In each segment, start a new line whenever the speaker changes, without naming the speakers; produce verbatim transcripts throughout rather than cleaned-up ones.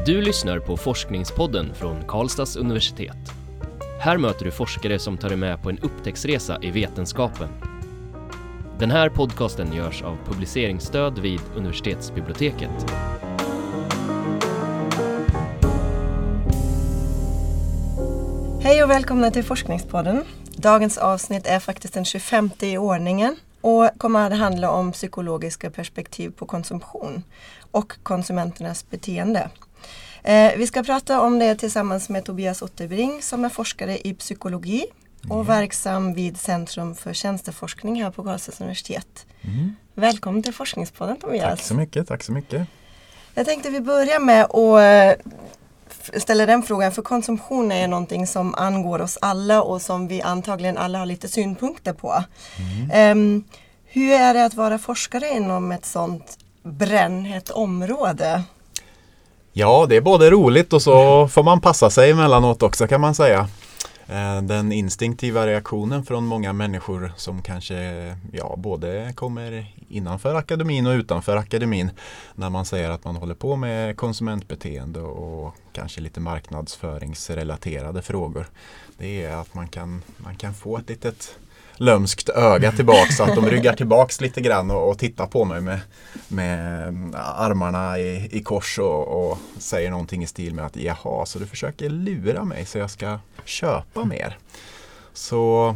Du lyssnar på Forskningspodden från Karlstads universitet. Här möter du forskare som tar dig med på en upptäcktsresa i vetenskapen. Den här podcasten görs av publiceringsstöd vid universitetsbiblioteket.
Hej och välkomna till Forskningspodden. Dagens avsnitt är faktiskt den tjugofemte i ordningen och kommer att handla om psykologiska perspektiv på konsumtion och konsumenternas beteende. Eh, vi ska prata om det tillsammans med Tobias Otterbring som är forskare i psykologi och mm. verksam vid Centrum för tjänsteforskning här på Karlstads universitet. Mm. Välkommen till Forskningspodden, Tobias.
Tack så mycket, tack så mycket.
Jag tänkte vi börjar med att ställa den frågan, för konsumtion är någonting som angår oss alla och som vi antagligen alla har lite synpunkter på. Mm. Um, hur är det att vara forskare inom ett sånt brännhett område?
Ja, det är både roligt och så får man passa sig emellanåt också, kan man säga. Den instinktiva reaktionen från många människor som kanske ja, både kommer innanför akademin och utanför akademin när man säger att man håller på med konsumentbeteende och kanske lite marknadsföringsrelaterade frågor. Det är att man kan, man kan få ett litet lömskt öga tillbaks så att de ryggar tillbaks lite grann och, och tittar på mig med, med armarna i, i kors och, och säger någonting i stil med att jaha, så du försöker lura mig så jag ska köpa mer. Så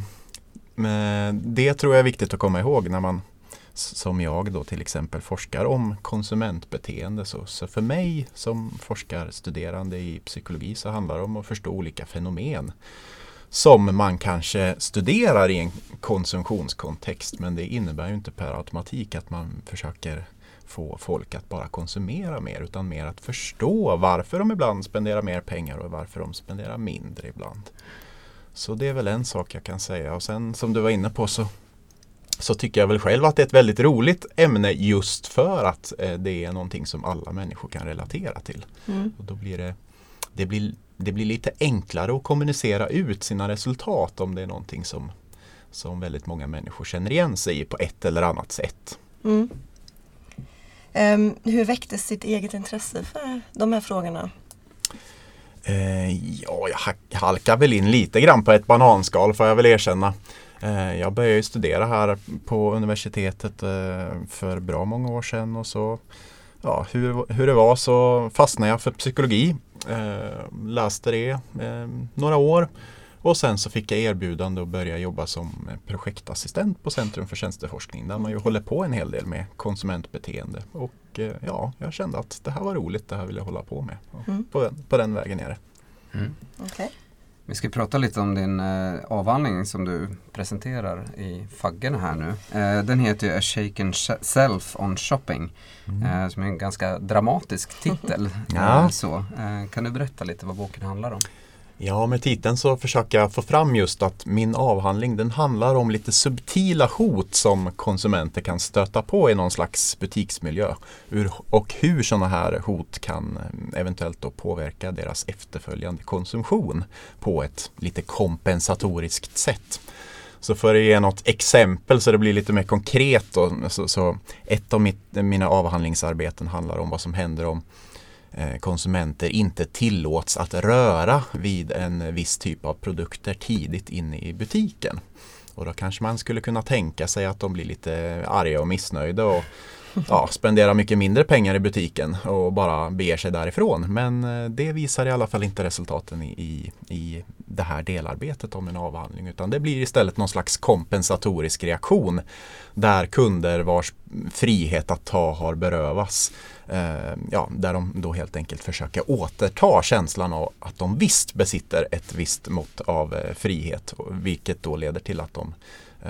det tror jag är viktigt att komma ihåg när man som jag då till exempel forskar om konsumentbeteende. Så, så för mig som forskarstuderande i psykologi så handlar det om att förstå olika fenomen som man kanske studerar i en konsumtionskontext, men det innebär ju inte per automatik att man försöker få folk att bara konsumera mer, utan mer att förstå varför de ibland spenderar mer pengar och varför de spenderar mindre ibland. Så det är väl en sak jag kan säga. Och sen som du var inne på så, så tycker jag väl själv att det är ett väldigt roligt ämne just för att eh, det är någonting som alla människor kan relatera till. Mm. Och då blir det, det blir Det blir lite enklare att kommunicera ut sina resultat om det är någonting som, som väldigt många människor känner igen sig i på ett eller annat sätt.
Mm. Um, hur väcktes sitt eget intresse för de här frågorna?
Uh, ja, jag halkar väl in lite grann på ett bananskal, får jag väl erkänna. Uh, jag började ju studera här på universitetet uh, för bra många år sedan och så ja, hur, hur det var så fastnade jag för psykologi. Eh, läste det eh, några år och sen så fick jag erbjudande att börja jobba som projektassistent på Centrum för tjänsteforskning där man ju håller på en hel del med konsumentbeteende och eh, ja, jag kände att det här var roligt, det här vill jag hålla på med. Mm. På, på den vägen är det.
Mm. Okay. Vi ska prata lite om din eh, avhandling som du presenterar i faggerna här nu. Eh, den heter ju A Shaken Self on Shopping. Mm. Eh, som är en ganska dramatisk titel.
Ja.
eh, så. Eh, kan du berätta lite vad boken handlar om?
Ja, med titeln så försöker jag få fram just att min avhandling den handlar om lite subtila hot som konsumenter kan stöta på i någon slags butiksmiljö. Och hur sådana här hot kan eventuellt då påverka deras efterföljande konsumtion på ett lite kompensatoriskt sätt. Så för att ge något exempel så det blir lite mer konkret då, så, så ett av mitt, mina avhandlingsarbeten handlar om vad som händer om konsumenter inte tillåts att röra vid en viss typ av produkter tidigt inne i butiken. Och då kanske man skulle kunna tänka sig att de blir lite arga och missnöjda och ja, spenderar mycket mindre pengar i butiken och bara beger sig därifrån. Men det visar i alla fall inte resultaten i, i, i det här delarbetet om en avhandling, utan det blir istället någon slags kompensatorisk reaktion där kunder vars frihet att ta har berövats. Eh, ja, där de då helt enkelt försöker återta känslan av att de visst besitter ett visst mått av eh, frihet, vilket då leder till att de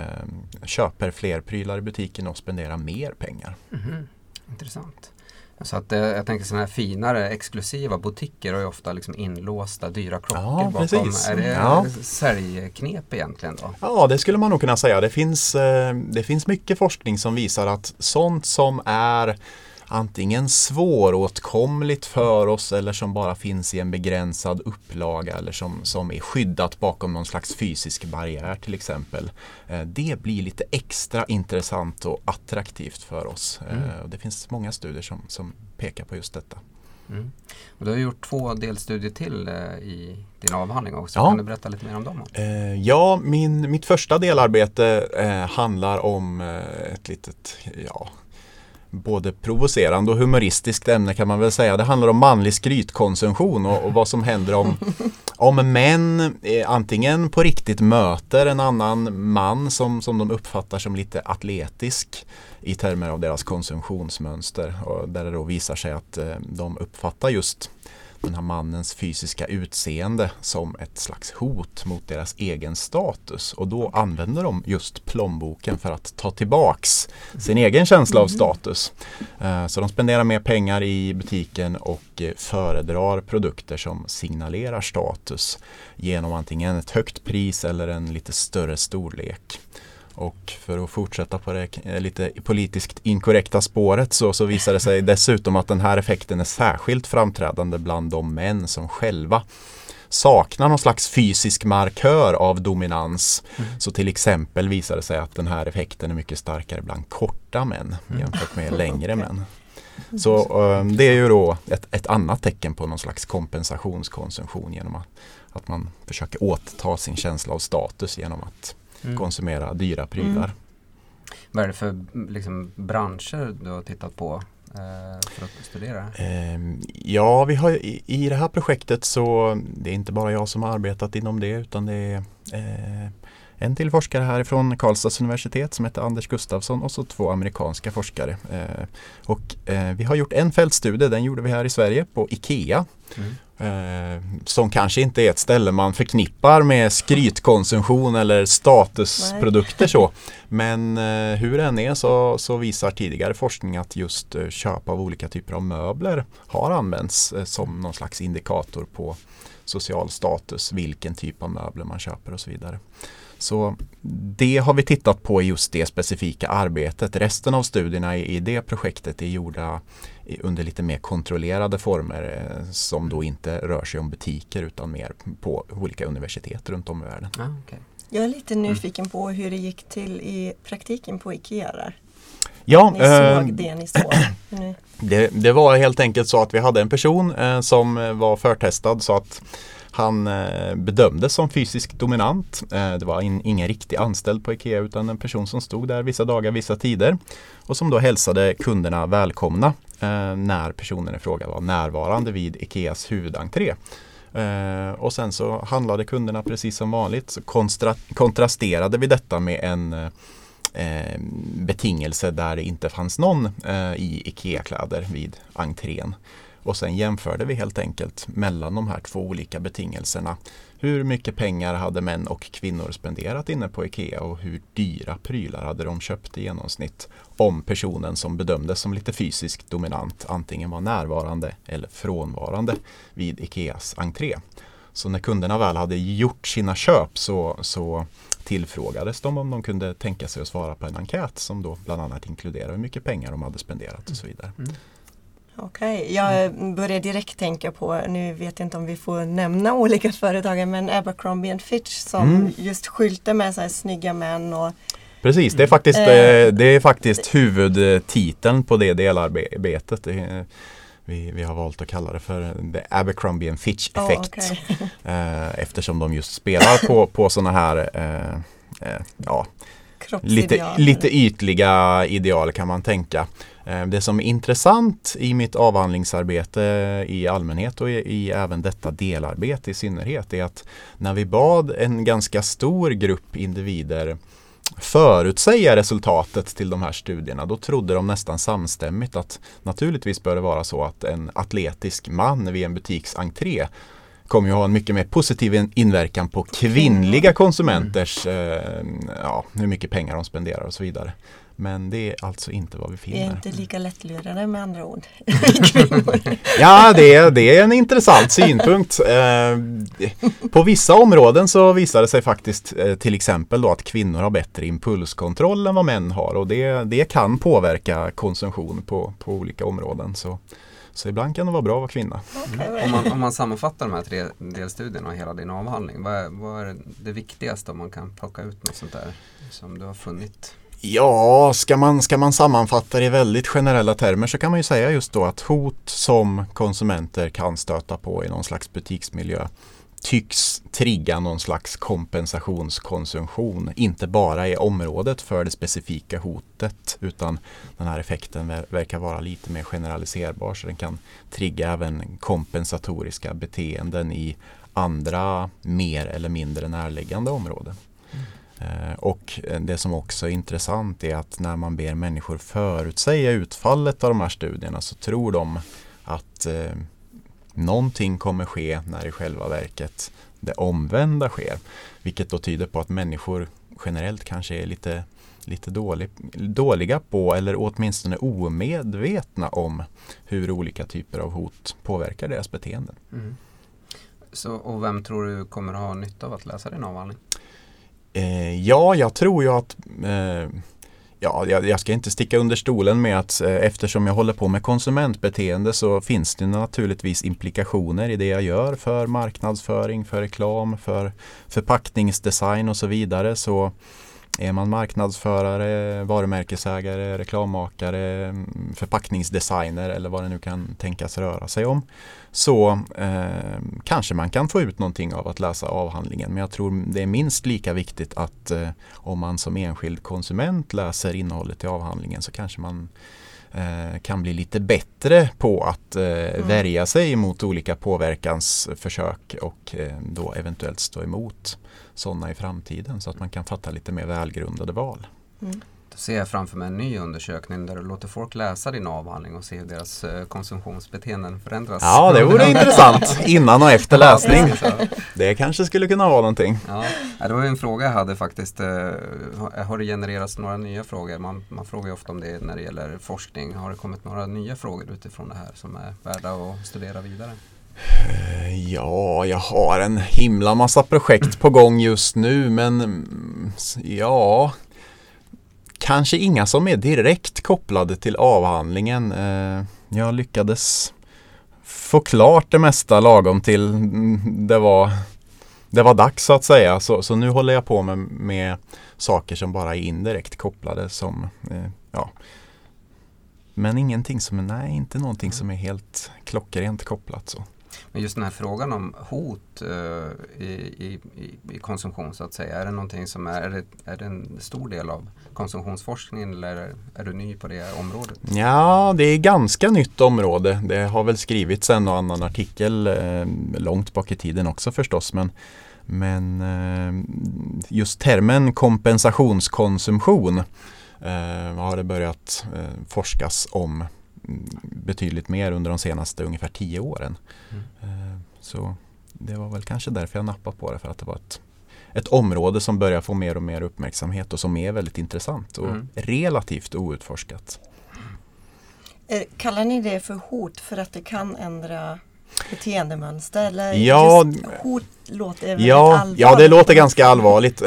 eh, köper fler prylar i butiken och spenderar mer pengar.
Mm-hmm. Intressant. Så att, eh, jag tänker sådana här finare, exklusiva butiker har ju ofta liksom inlåsta, dyra klockor
ja,
bakom.
Precis.
Är det
ja.
säljknep egentligen då?
Ja, det skulle man nog kunna säga. Det finns, eh, det finns mycket forskning som visar att sånt som är antingen svåråtkomligt för oss eller som bara finns i en begränsad upplaga eller som, som är skyddat bakom någon slags fysisk barriär till exempel. Eh, det blir lite extra intressant och attraktivt för oss. Mm. Eh, och det finns många studier som, som pekar på just detta.
Mm. Och du har gjort två delstudier till eh, i din avhandling också.
Ja.
Kan du berätta lite mer om dem?
Eh, ja, min, mitt första delarbete eh, handlar om eh, ett litet, ja, både provocerande och humoristiskt ämne kan man väl säga. Det handlar om manlig skrytkonsumtion och, och vad som händer om, om män eh, antingen på riktigt möter en annan man som, som de uppfattar som lite atletisk i termer av deras konsumtionsmönster. Och där det då visar sig att eh, de uppfattar just den här mannens fysiska utseende som ett slags hot mot deras egen status. Och då använder de just plånboken för att ta tillbaks sin egen känsla av status. Så de spenderar mer pengar i butiken och föredrar produkter som signalerar status genom antingen ett högt pris eller en lite större storlek. Och för att fortsätta på det lite politiskt inkorrekta spåret så, så visar det sig dessutom att den här effekten är särskilt framträdande bland de män som själva saknar någon slags fysisk markör av dominans. Mm. Så till exempel visar det sig att den här effekten är mycket starkare bland korta män jämfört med längre män. Så um, det är ju då ett, ett annat tecken på någon slags kompensationskonsumtion genom att, att man försöker återta sin känsla av status genom att Mm. konsumera dyra prylar. Mm.
Vad är det för liksom, branscher du har tittat på eh, för att studera?
Eh, ja, vi har i, i det här projektet så det är inte bara jag som har arbetat inom det utan det är eh, en till forskare härifrån Karlstads universitet som heter Anders Gustafsson och så två amerikanska forskare. Eh, och eh, vi har gjort en fältstudie, den gjorde vi här i Sverige på IKEA. Mm. Eh, som kanske inte är ett ställe man förknippar med skrytkonsumtion eller statusprodukter så. Men eh, hur än är så, så visar tidigare forskning att just eh, köp av olika typer av möbler har använts eh, som någon slags indikator på social status, vilken typ av möbler man köper och så vidare. Så det har vi tittat på i just det specifika arbetet. Resten av studierna i, i det projektet är gjorda i, under lite mer kontrollerade former eh, som då inte rör sig om butiker utan mer på olika universitet runt om i världen.
Ah, okay.
Jag är lite nyfiken mm. på hur det gick till i praktiken på IKEA där.
Ja,
ni såg äh, det ni såg.
det, det var helt enkelt så att vi hade en person eh, som var förtestad så att han eh, bedömdes som fysiskt dominant. Eh, det var in, ingen riktig anställd på IKEA utan en person som stod där vissa dagar, vissa tider. Och som då hälsade kunderna välkomna eh, när personen i fråga var närvarande vid IKEAs huvudentré. Eh, och sen så handlade kunderna precis som vanligt. Så konstra- kontrasterade vi detta med en eh, betingelse där det inte fanns någon eh, i IKEA-kläder vid entrén. Och sen jämförde vi helt enkelt mellan de här två olika betingelserna. Hur mycket pengar hade män och kvinnor spenderat inne på IKEA och hur dyra prylar hade de köpt i genomsnitt om personen som bedömdes som lite fysiskt dominant antingen var närvarande eller frånvarande vid IKEAs entré. Så när kunderna väl hade gjort sina köp så, så tillfrågades de om de kunde tänka sig att svara på en enkät som då bland annat inkluderar hur mycket pengar de hade spenderat och så vidare. Mm.
Okej, okay. Jag börjar direkt tänka på, nu vet jag inte om vi får nämna olika företag, men Abercrombie and Fitch som mm. just skyltar med så här snygga män. Och,
Precis, det är faktiskt, mm. det är faktiskt huvudtiteln på det delarbetet. Det är, vi, vi har valt att kalla det för the Abercrombie and Fitch effekt. Oh, okay. eh, eftersom de just spelar på, på sådana här eh, eh, ja, lite, lite ytliga ideal kan man tänka. Det som är intressant i mitt avhandlingsarbete i allmänhet och i, i även detta delarbete i synnerhet är att när vi bad en ganska stor grupp individer förutsäga resultatet till de här studierna, då trodde de nästan samstämmigt att naturligtvis bör det vara så att en atletisk man vid en butiksentré kommer ju ha en mycket mer positiv inverkan på kvinnliga konsumenters eh, ja, hur mycket pengar de spenderar och så vidare. Men det är alltså inte vad vi finner.
Det är inte lika lättlurade med andra ord.
Ja, det är, det är en intressant synpunkt. Eh, på vissa områden så visar det sig faktiskt eh, till exempel då att kvinnor har bättre impulskontroll än vad män har. Och det, det kan påverka konsumtion på, på olika områden. Så, så ibland kan det vara bra att vara kvinna.
Okay. Om, man, om man sammanfattar de här tre delstudierna och hela din avhandling, vad är, vad är det viktigaste om man kan plocka ut något sånt där som du har funnit?
Ja, ska man, ska man sammanfatta det i väldigt generella termer så kan man ju säga just då att hot som konsumenter kan stöta på i någon slags butiksmiljö tycks trigga någon slags kompensationskonsumtion. Inte bara i området för det specifika hotet, utan den här effekten ver- verkar vara lite mer generaliserbar, så den kan trigga även kompensatoriska beteenden i andra mer eller mindre närliggande områden. Mm. Eh, och det som också är intressant är att när man ber människor förutsäga utfallet av de här studierna så tror de att eh, någonting kommer ske när i själva verket det omvända sker. Vilket då tyder på att människor generellt kanske är lite, lite dålig, dåliga på eller åtminstone omedvetna om hur olika typer av hot påverkar deras beteenden.
Mm. Så, och vem tror du kommer ha nytta av att läsa din avhandling?
Eh, ja, jag tror ju att eh, ja, jag, jag ska inte sticka under stolen med att eh, eftersom jag håller på med konsumentbeteende så finns det naturligtvis implikationer i det jag gör för marknadsföring, för reklam, för förpackningsdesign och så vidare. Så är man marknadsförare, varumärkesägare, reklammakare, förpackningsdesigner eller vad det nu kan tänkas röra sig om, så eh, kanske man kan få ut någonting av att läsa avhandlingen. Men jag tror det är minst lika viktigt att eh, om man som enskild konsument läser innehållet i avhandlingen så kanske man eh, kan bli lite bättre på att eh, mm. värja sig mot olika påverkansförsök och eh, då eventuellt stå emot sådana i framtiden så att man kan fatta lite mer välgrundade val.
Mm. Då ser jag framför mig en ny undersökning där du låter folk läsa din avhandling och se hur deras konsumtionsbeteenden förändras.
Ja, det vore intressant. Innan och efter läsning. Det kanske skulle kunna vara någonting.
Ja, det var en fråga jag hade faktiskt. Har det genererats några nya frågor? Man, man frågar ju ofta om det när det gäller forskning. Har det kommit några nya frågor utifrån det här som är värda att studera vidare?
Ja, jag har en himla massa projekt på gång just nu, men ja, kanske inga som är direkt kopplade till avhandlingen. Jag lyckades få klart det mesta lagom till det var, det var dags så att säga. Så, så nu håller jag på med, med saker som bara är indirekt kopplade som, ja. Men ingenting som är, nej, inte någonting som är helt klockrent kopplat så.
Men just den här frågan om hot uh, i, i, i konsumtion så att säga, är det någonting som är, är det, är det en stor del av konsumtionsforskningen eller är, är du ny på det området?
Ja, det är ganska nytt område. Det har väl skrivits en och annan artikel eh, långt bak i tiden också förstås, men, men eh, just termen kompensationskonsumtion eh, har det börjat eh, forskas om betydligt mer under de senaste ungefär tio åren. Mm. Så det var väl kanske därför jag nappade på det, för att det var ett, ett område som börjar få mer och mer uppmärksamhet och som är väldigt intressant och mm. relativt outforskat.
Kallar ni det för hot för att det kan ändra beteendemönster? Eller
ja,
just hot låter väldigt
ja,
allvarligt?
Ja, det låter ganska allvarligt.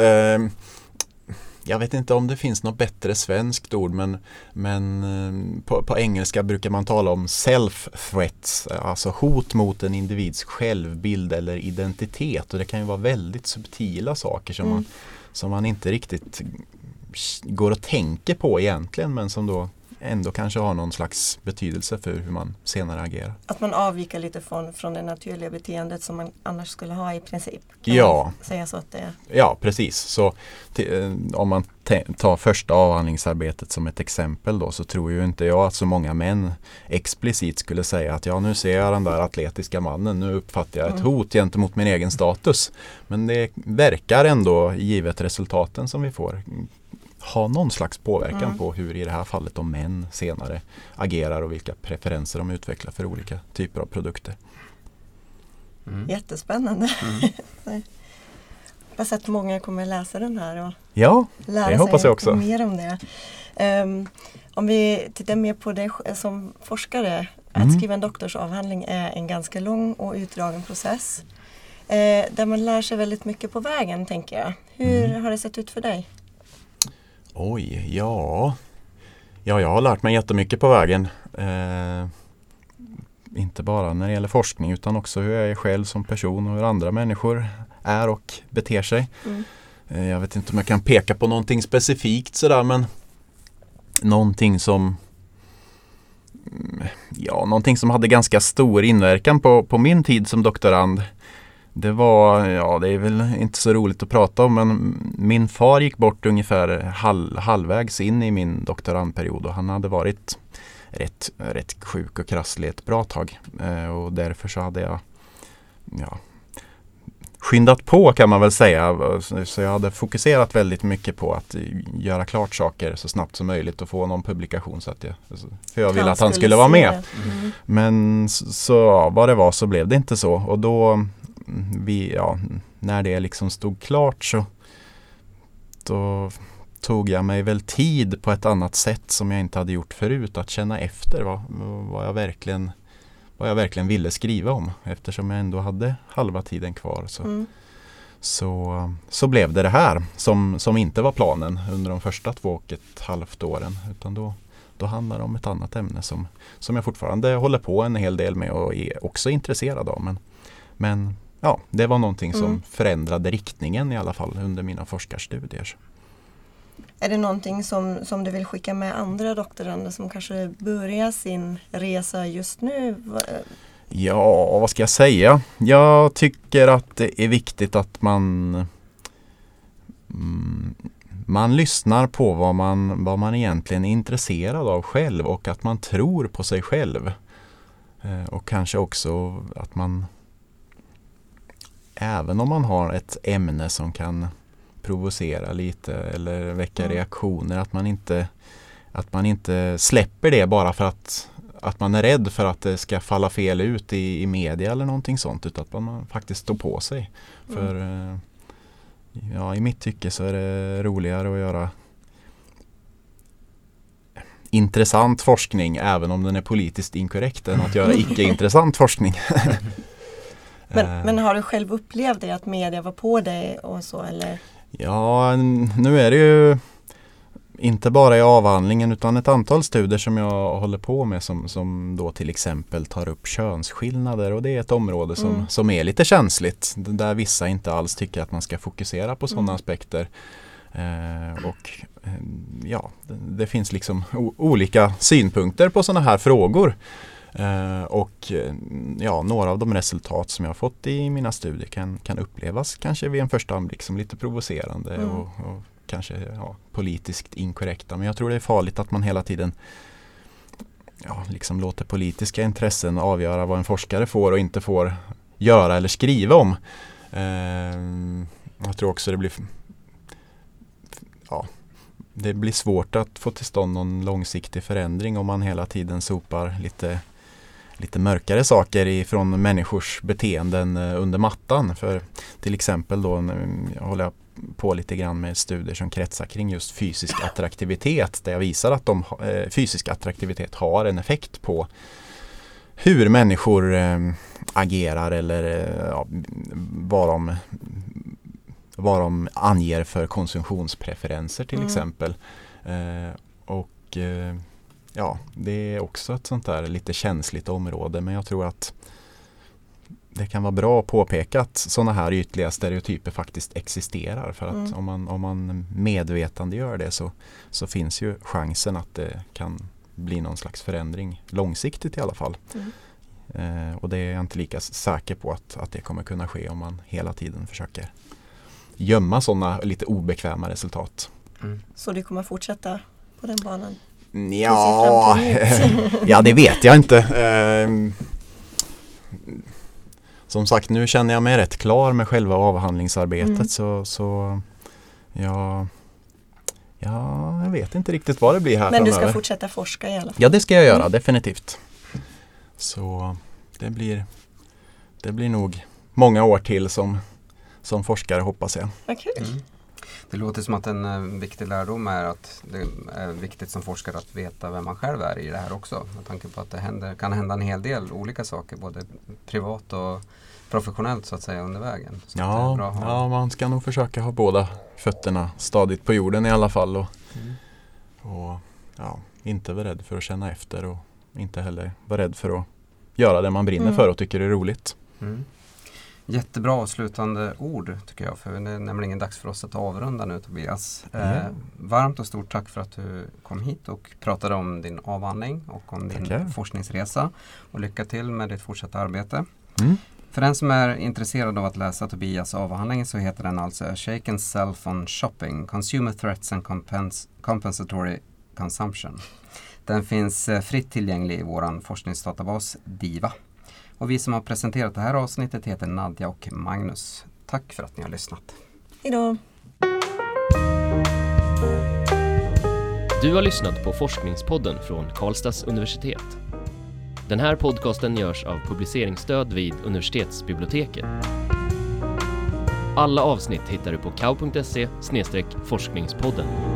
Jag vet inte om det finns något bättre svenskt ord, men, men på, på engelska brukar man tala om self-threats, alltså hot mot en individs självbild eller identitet. Och det kan ju vara väldigt subtila saker som, mm. man, som man inte riktigt går och tänker på egentligen, men som då ändå kanske har någon slags betydelse för hur man senare agerar. Att man avviker lite från, från det naturliga beteendet som man annars skulle ha i princip. Kan ja. Man säga så att det är? Ja, precis. Så t- om man te- tar första avhandlingsarbetet som ett exempel då, så tror ju inte jag att så många män explicit skulle säga att ja, nu ser jag den där atletiska mannen, nu uppfattar jag ett mm. hot gentemot min egen status. Men det verkar ändå, givet resultaten som vi får, ha någon slags påverkan mm. på hur i det här fallet de män senare agerar och vilka preferenser de utvecklar för olika typer av produkter.
Mm. Jättespännande. Mm. Hoppas att många kommer läsa den här och
ja,
lära
det hoppas
sig
jag också.
Mer om det. Um, om vi tittar mer på det som forskare, att
mm.
skriva en doktorsavhandling är en ganska lång och utdragen process. Uh, där man lär sig väldigt mycket på vägen, tänker jag. Hur mm. har det sett ut för dig?
Oj, ja. Ja, jag har lärt mig jättemycket på vägen. Eh, inte bara när det gäller forskning utan också hur jag är själv som person och hur andra människor är och beter sig. Mm. Eh, jag vet inte om jag kan peka på någonting specifikt sådär, men någonting som ja, någonting som hade ganska stor inverkan på, på min tid som doktorand. Det var, ja det är väl inte så roligt att prata om, men min far gick bort ungefär halv, halvvägs in i min doktorandperiod och han hade varit rätt, rätt sjuk och krasslig ett bra tag. Eh, och därför så hade jag ja, skyndat på kan man väl säga. Så jag hade fokuserat väldigt mycket på att göra klart saker så snabbt som möjligt och få någon publikation. Så att jag, för jag ville att han skulle vara med. Mm. Men så ja, vad det var så blev det inte så. Och då, vi, ja, när det liksom stod klart så då tog jag mig väl tid på ett annat sätt som jag inte hade gjort förut. Att känna efter vad, vad jag verkligen vad jag verkligen ville skriva om. Eftersom jag ändå hade halva tiden kvar så, mm. så, så blev det det här som, som inte var planen under de första två och ett halvt åren. Utan då, då handlar det om ett annat ämne som, som jag fortfarande håller på en hel del med och är också intresserad av. Men, men ja, det var någonting som mm. förändrade riktningen i alla fall under mina forskarstudier.
Är det någonting som, som du vill skicka med andra doktorander som kanske börjar sin resa just nu?
Ja, vad ska jag säga? Jag tycker att det är viktigt att man mm, man lyssnar på vad man, vad man egentligen är intresserad av själv och att man tror på sig själv. Eh, och kanske också att man, även om man har ett ämne som kan provocera lite eller väcka mm. reaktioner, att man inte att man inte släpper det bara för att att man är rädd för att det ska falla fel ut i, i media eller någonting sånt, utan att man faktiskt står på sig. Mm. För ja, i mitt tycke så är det roligare att göra intressant forskning även om den är politiskt inkorrekt än att göra icke-intressant forskning.
men, men har du själv upplevt det att media var på dig och så eller?
Ja, nu är det ju inte bara i avhandlingen utan ett antal studier som jag håller på med som, som då till exempel tar upp könsskillnader, och det är ett område som, mm. som är lite känsligt där vissa inte alls tycker att man ska fokusera på sådana mm. aspekter. Eh, och eh, ja, det, det finns liksom o- olika synpunkter på sådana här frågor. Uh, och ja, några av de resultat som jag har fått i mina studier kan, kan upplevas kanske vid en första anblick som lite provocerande mm. och, och kanske ja, politiskt inkorrekta. Men jag tror det är farligt att man hela tiden ja, liksom låter politiska intressen avgöra vad en forskare får och inte får göra eller skriva om. Uh, jag tror också det blir ja, det blir svårt att få till stånd någon långsiktig förändring om man hela tiden sopar lite lite mörkare saker ifrån människors beteenden under mattan. För till exempel då jag håller på lite grann med studier som kretsar kring just fysisk attraktivitet, där jag visar att de, eh, fysisk attraktivitet har en effekt på hur människor eh, agerar eller eh, ja, vad, de, vad de anger för konsumtionspreferenser till mm. exempel. Eh, och eh, Ja, det är också ett sånt där lite känsligt område, men jag tror att det kan vara bra att påpeka att sådana här ytliga stereotyper faktiskt existerar, för att mm. om man, om man medvetande gör det så, så finns ju chansen att det kan bli någon slags förändring långsiktigt i alla fall. Mm. Eh, och det är jag inte lika säker på att, att det kommer kunna ske om man hela tiden försöker gömma sådana lite obekväma resultat.
Mm. Så du kommer fortsätta på den banan?
Ja, ja, det vet jag inte. Eh, som sagt, nu känner jag mig rätt klar med själva avhandlingsarbetet. Mm. Så, så ja, ja, jag vet inte riktigt vad det blir här
Men
framöver.
Du ska fortsätta forska i alla fall?
Ja, det ska jag göra, mm. definitivt. Så det blir, det blir nog många år till som, som forskare, hoppas jag.
Vad kul. Mm.
Det låter som att en uh, viktig lärdom är att det är viktigt som forskare att veta vem man själv är i det här också. Med tanke på att det händer, kan hända en hel del olika saker, både privat och professionellt så att säga under vägen. Så
ja,
det är bra att ha.
Ja, man ska nog försöka ha båda fötterna stadigt på jorden i alla fall. Och, mm. och ja, inte vara rädd för att känna efter och inte heller vara rädd för att göra det man brinner mm. för och tycker är roligt. Mm.
Jättebra slutande ord tycker jag, för det är nämligen dags för oss att avrunda nu, Tobias. Eh,
Ja.
varmt och stort tack för att du kom hit och pratade om din avhandling och om din
Tackar.
forskningsresa. Och lycka till med ditt fortsatta arbete.
Mm.
För den som är intresserad av att läsa Tobias avhandling så heter den alltså A Shaken Self on Shopping, Consumer Threats and Compens- Compensatory Consumption. Den finns eh, fritt tillgänglig i vår forskningsdatabas DIVA. Och vi som har presenterat det här avsnittet heter Nadja och Magnus. Tack för att ni har lyssnat.
Hejdå!
Du har lyssnat på Forskningspodden från Karlstads universitet. Den här podcasten görs av publiceringsstöd vid universitetsbiblioteket. Alla avsnitt hittar du på kau punkt se slash forskningspodden.